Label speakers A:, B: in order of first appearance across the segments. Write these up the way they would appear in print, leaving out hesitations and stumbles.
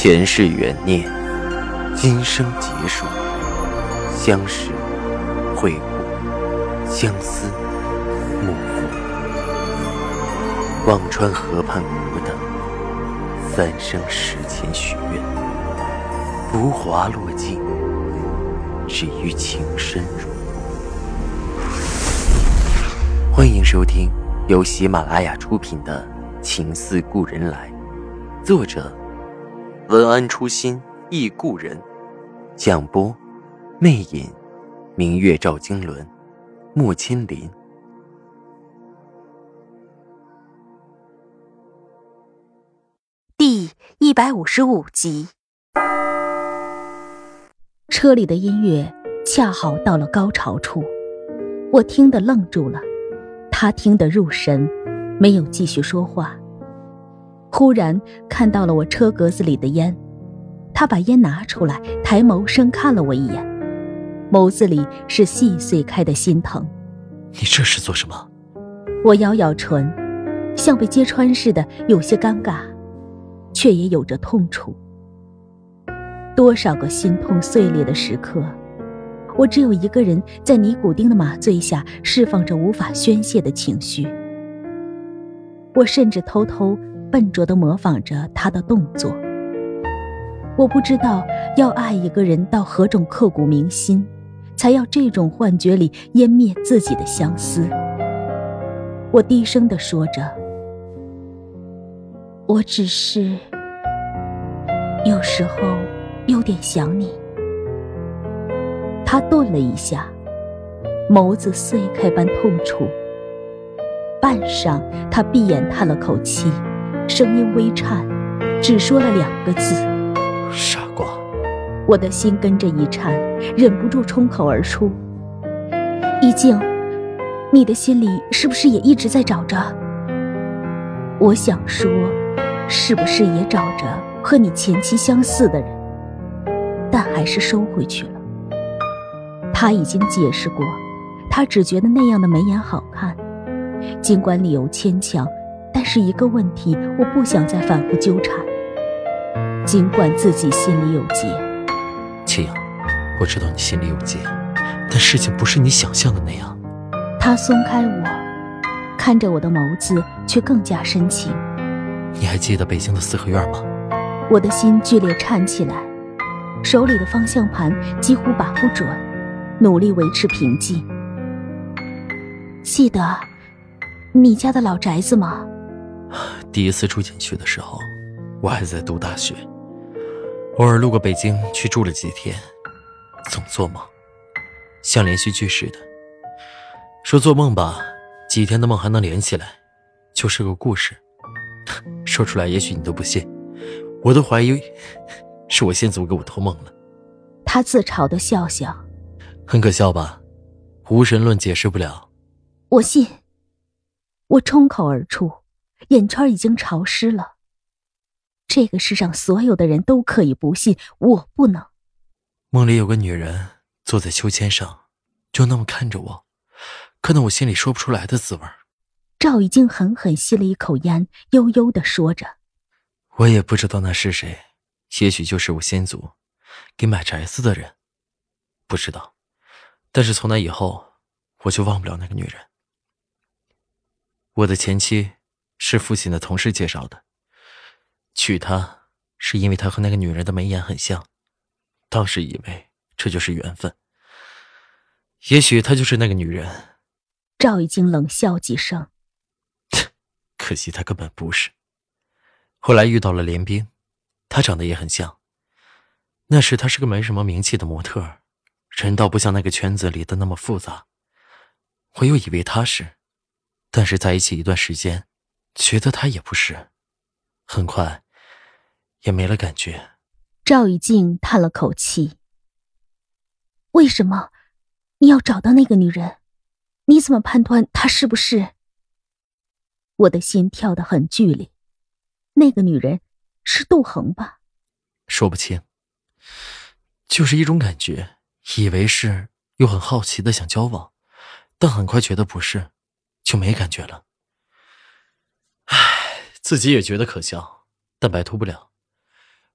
A: 前世缘孽，今生结束，相识会故，相思幕复。忘川河畔苦等，三生石前许愿，浮华落尽，只余情深入。欢迎收听由喜马拉雅出品的《情似故人来》，作者文安初心忆故人，蒋播魅影，明月照经纶，木千林。
B: 第155集。
C: 车里的音乐恰好到了高潮处，我听得愣住了，他听得入神，没有继续说话。忽然看到了我车格子里的烟，他把烟拿出来，抬眸深看了我一眼，眸子里是细碎开的心疼。
D: 你这是做什么？
C: 我咬咬唇，像被揭穿似的，有些尴尬，却也有着痛楚。多少个心痛碎裂的时刻，我只有一个人在尼古丁的麻醉下释放着无法宣泄的情绪。我甚至偷偷笨拙地模仿着他的动作。我不知道要爱一个人到何种刻骨铭心，才要这种幻觉里湮灭自己的相思。我低声地说着，我只是有时候有点想你。他顿了一下，眸子碎开般痛楚。半晌，他闭眼叹了口气，声音微颤，只说了2个字：
D: 傻瓜。
C: 我的心跟着一颤，忍不住冲口而出：一静，你的心里是不是也一直在找着？我想说，是不是也找着和你前妻相似的人，但还是收回去了。他已经解释过，他只觉得那样的眉眼好看，尽管理由牵强，但是一个问题我不想再反复纠缠。尽管自己心里有结，
D: 切阳，我知道你心里有结，但事情不是你想象的那样。
C: 他松开我，看着我的眸子却更加深情。
D: 你还记得北京的四合院吗？
C: 我的心剧烈颤起来，手里的方向盘几乎把不准，努力维持平静。记得你家的老宅子吗？
D: 第一次住进去的时候，我还在读大学，偶尔路过北京去住了几天，总做梦，像连续剧似的。说做梦吧，几天的梦还能连起来，就是个故事。说出来也许你都不信，我都怀疑是我先祖给我托梦了。
C: 他自嘲地笑笑。
D: 很可笑吧？无神论解释不了。
C: 我信。我冲口而出，眼圈已经潮湿了。这个世上所有的人都可以不信，我不能。
D: 梦里有个女人坐在秋千上，就那么看着我，看到我心里说不出来的滋味。
C: 赵已经狠狠吸了一口烟，悠悠地说着：
D: 我也不知道那是谁，也许就是我先祖给买宅子的人，不知道。但是从那以后，我就忘不了那个女人。我的前妻是父亲的同事介绍的，娶她是因为她和那个女人的眉眼很像，当时以为这就是缘分。也许她就是那个女人。
C: 赵已经冷笑几声。
D: 可惜她根本不是。后来遇到了连冰，她长得也很像。那时她是个没什么名气的模特，人倒不像那个圈子里的那么复杂。我又以为她是，但是在一起一段时间，觉得她也不是，很快也没了感觉。
C: 赵以静叹了口气。为什么你要找到那个女人？你怎么判断她是不是？我的心跳得很剧烈。那个女人是杜恒吧？
D: 说不清，就是一种感觉，以为是，又很好奇的想交往，但很快觉得不是，就没感觉了。唉，自己也觉得可笑，但摆脱不了。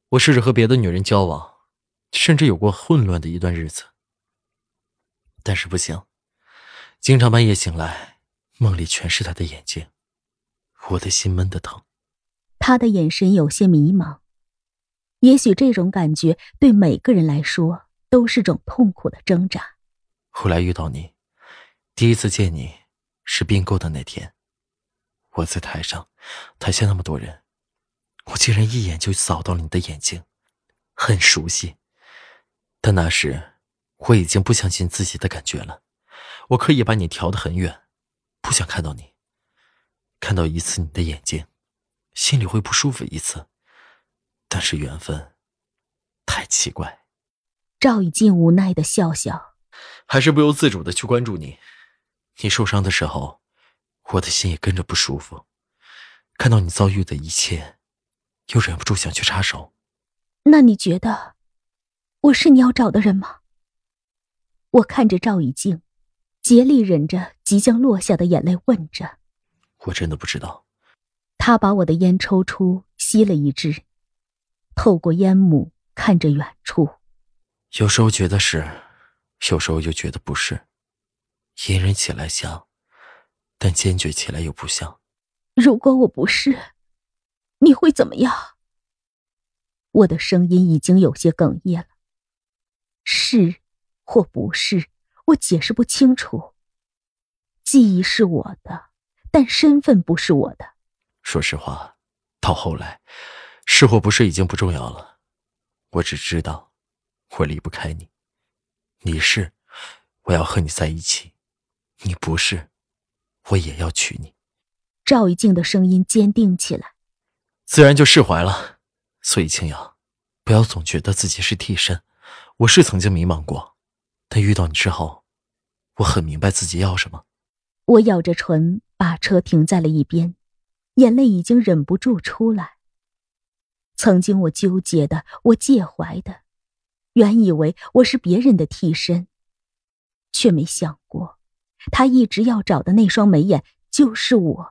D: 我试着和别的女人交往，甚至有过混乱的一段日子。但是不行，经常半夜醒来，梦里全是他的眼睛，我的心闷得疼。
C: 他的眼神有些迷茫，也许这种感觉对每个人来说都是种痛苦的挣扎。
D: 后来遇到你，第一次见你是并购的那天，我在台上，台下那么多人，我竟然一眼就扫到了你的眼睛，很熟悉。但那时我已经不相信自己的感觉了，我刻意把你调得很远，不想看到你。看到一次你的眼睛，心里会不舒服一次，但是缘分太奇怪。
C: 赵以静无奈地笑笑，
D: 还是不由自主地去关注你。你受伤的时候，我的心也跟着不舒服。看到你遭遇的一切，又忍不住想去插手。
C: 那你觉得我是你要找的人吗？我看着赵以静，竭力忍着即将落下的眼泪问着。
D: 我真的不知道。
C: 他把我的烟抽出，吸了一支，透过烟幕看着远处。
D: 有时候觉得是，有时候又觉得不是。隐忍起来像，但坚决起来又不像。
C: 如果我不是，你会怎么样？我的声音已经有些哽咽了。是或不是，我解释不清楚。记忆是我的，但身份不是我的。
D: 说实话，到后来，是或不是已经不重要了。我只知道，我离不开你。你是，我要和你在一起；你不是，我也要娶你。
C: 赵以静的声音坚定起来。
D: 自然就释怀了。所以青阳，不要总觉得自己是替身。我是曾经迷茫过，但遇到你之后，我很明白自己要什么。
C: 我咬着唇，把车停在了一边，眼泪已经忍不住出来。曾经我纠结的，我介怀的，原以为我是别人的替身，却没想过，他一直要找的那双眉眼就是我。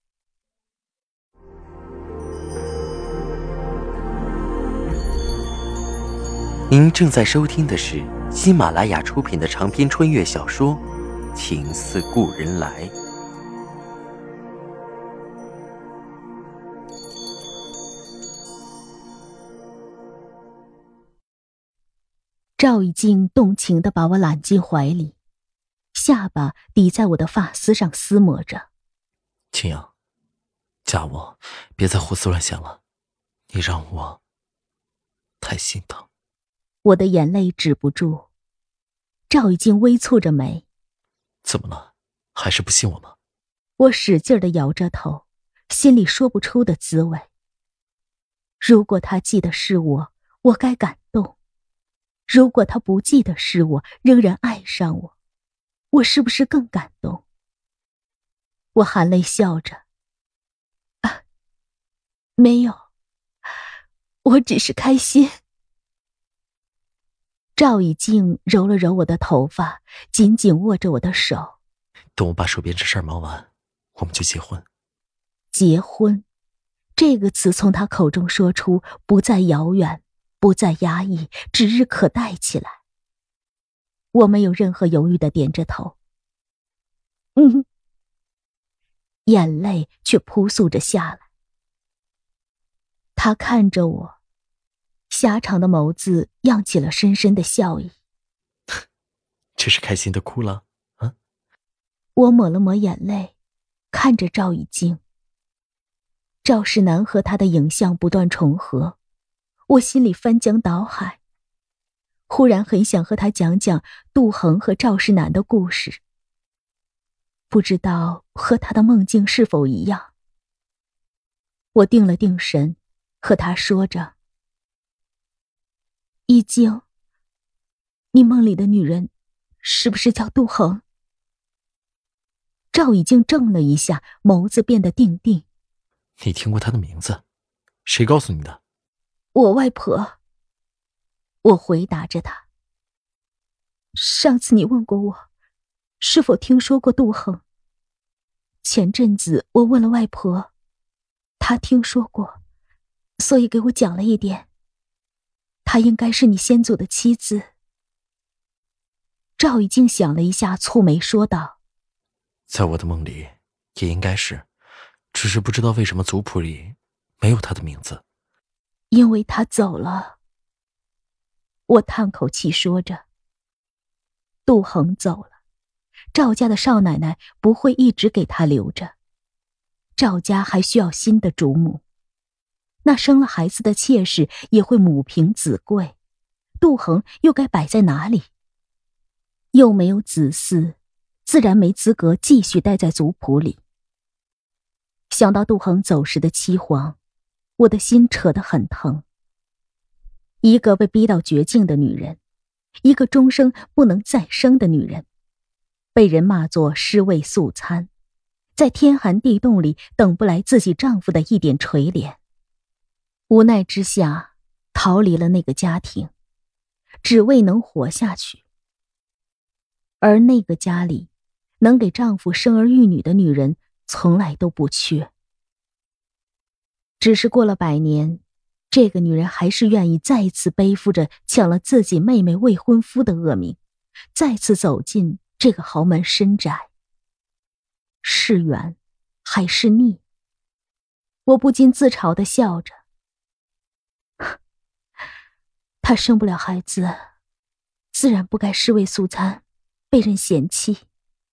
A: 您正在收听的是喜马拉雅出品的长篇穿越小说《情似故人来》。
C: 赵以静动情地把我揽进怀里，下巴抵在我的发丝上撕磨着。
D: 青阳，嫁我，别再胡思乱想了，你让我太心疼。
C: 我的眼泪止不住。赵以静微蹙着眉。
D: 怎么了？还是不信我吗？
C: 我使劲地摇着头，心里说不出的滋味。如果他记得是我，我该感动；如果他不记得是我，仍然爱上我，我是不是更感动？我含泪笑着。没有，我只是开心。赵以静揉了揉我的头发，紧紧握着我的手。
D: 等我把手边这事儿忙完，我们就结婚。
C: 结婚，这个词从他口中说出，不再遥远，不再压抑，指日可待起来。我没有任何犹豫地点着头。眼泪却扑簌着下来。他看着我，狭长的眸子漾起了深深的笑意。
D: 这是开心的哭了啊？
C: 我抹了抹眼泪，看着赵以静。赵世南和他的影像不断重合，我心里翻江倒海。忽然很想和他讲讲杜恒和赵世南的故事，不知道和他的梦境是否一样。我定了定神，和他说着：以静，你梦里的女人是不是叫杜恒？赵以静怔了一下，眸子变得定定。
D: 你听过她的名字？谁告诉你的？
C: 我外婆。我回答着她。上次你问过我，是否听说过杜恒？前阵子我问了外婆，她听说过，所以给我讲了一点。 她应该是你先祖的妻子。赵以静想了一下，蹙眉说道：
D: 在我的梦里也应该是，只是不知道为什么族谱里没有他的名字。
C: 因为他走了。我叹口气说着，杜恒走了，赵家的少奶奶不会一直给他留着，赵家还需要新的主母，那生了孩子的妾室也会母凭子贵，杜恒又该摆在哪里？又没有子嗣，自然没资格继续待在族谱里。想到杜恒走时的凄惶，我的心扯得很疼。一个被逼到绝境的女人，一个终生不能再生的女人，被人骂作尸位素餐，在天寒地冻里等不来自己丈夫的一点垂怜。无奈之下，逃离了那个家庭，只为能活下去。而那个家里，能给丈夫生儿育女的女人从来都不缺。只是过了100年，这个女人还是愿意再一次背负着抢了自己妹妹未婚夫的恶名，再次走进这个豪门深宅。是缘还是逆？我不禁自嘲地笑着。她生不了孩子，自然不该尸位素餐，被人嫌弃。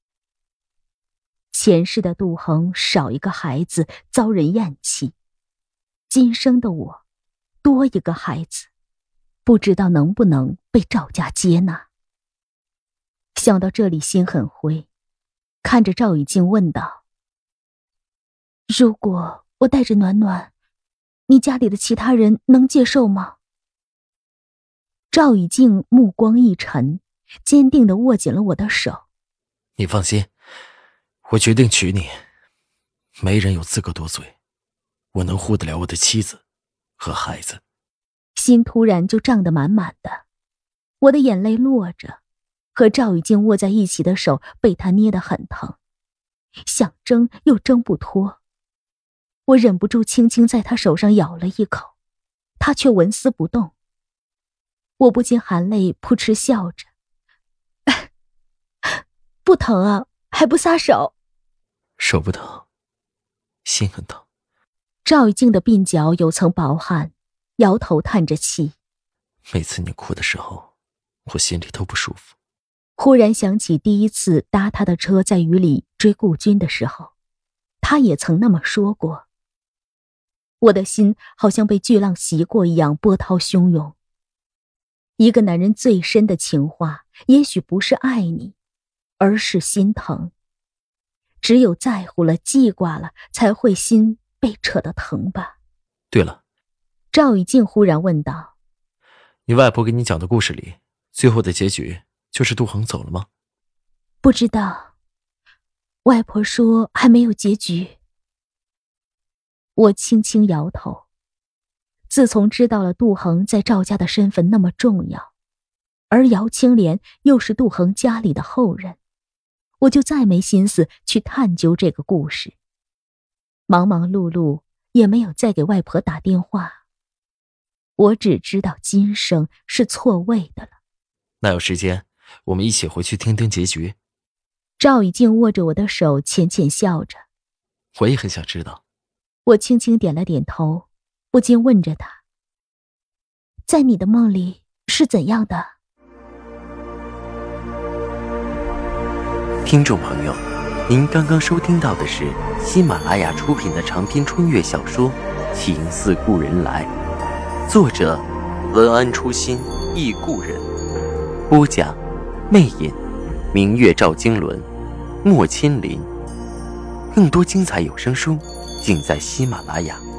C: 前世的杜恒少一个孩子，遭人厌弃，今生的我多一个孩子，不知道能不能被赵家接纳。想到这里心很灰，看着赵以静问道：如果我带着暖暖，你家里的其他人能接受吗？赵以静目光一沉，坚定地握紧了我的手。
D: 你放心，我决定娶你，没人有资格多嘴，我能护得了我的妻子和孩子。
C: 心突然就胀得满满的，我的眼泪落着，和赵以静握在一起的手被他捏得很疼，想挣又挣不脱。我忍不住轻轻在他手上咬了一口，他却纹丝不动。我不禁含泪扑哧笑着。不疼啊，还不撒手？
D: 手不疼，心很疼。
C: 赵以静的鬓角有层薄汗，摇头叹着气。
D: 每次你哭的时候，我心里都不舒服。
C: 忽然想起第一次搭他的车在雨里追顾军的时候，他也曾那么说过。我的心好像被巨浪袭过一样波涛汹涌。一个男人最深的情话，也许不是爱你，而是心疼。只有在乎了、记挂了，才会心被扯得疼吧。
D: 对了，
C: 赵以静忽然问道：
D: 你外婆给你讲的故事里，最后的结局就是杜恒走了吗？
C: 不知道，外婆说还没有结局。我轻轻摇头。自从知道了杜恒在赵家的身份那么重要，而姚青莲又是杜恒家里的后人，我就再没心思去探究这个故事。忙忙碌碌也没有再给外婆打电话。我只知道今生是错位的了。
D: 那有时间，我们一起回去听听结局。
C: 赵以静握着我的手，浅浅笑着。
D: 我也很想知道。
C: 我轻轻点了点头，不禁问着他：在你的梦里是怎样的？
A: 听众朋友，您刚刚收听到的是喜马拉雅出品的长篇穿越小说《情似故人来》，作者文安初心忆故人，播讲魅影，明月照经纶，莫千林。更多精彩有声书尽在喜马拉雅。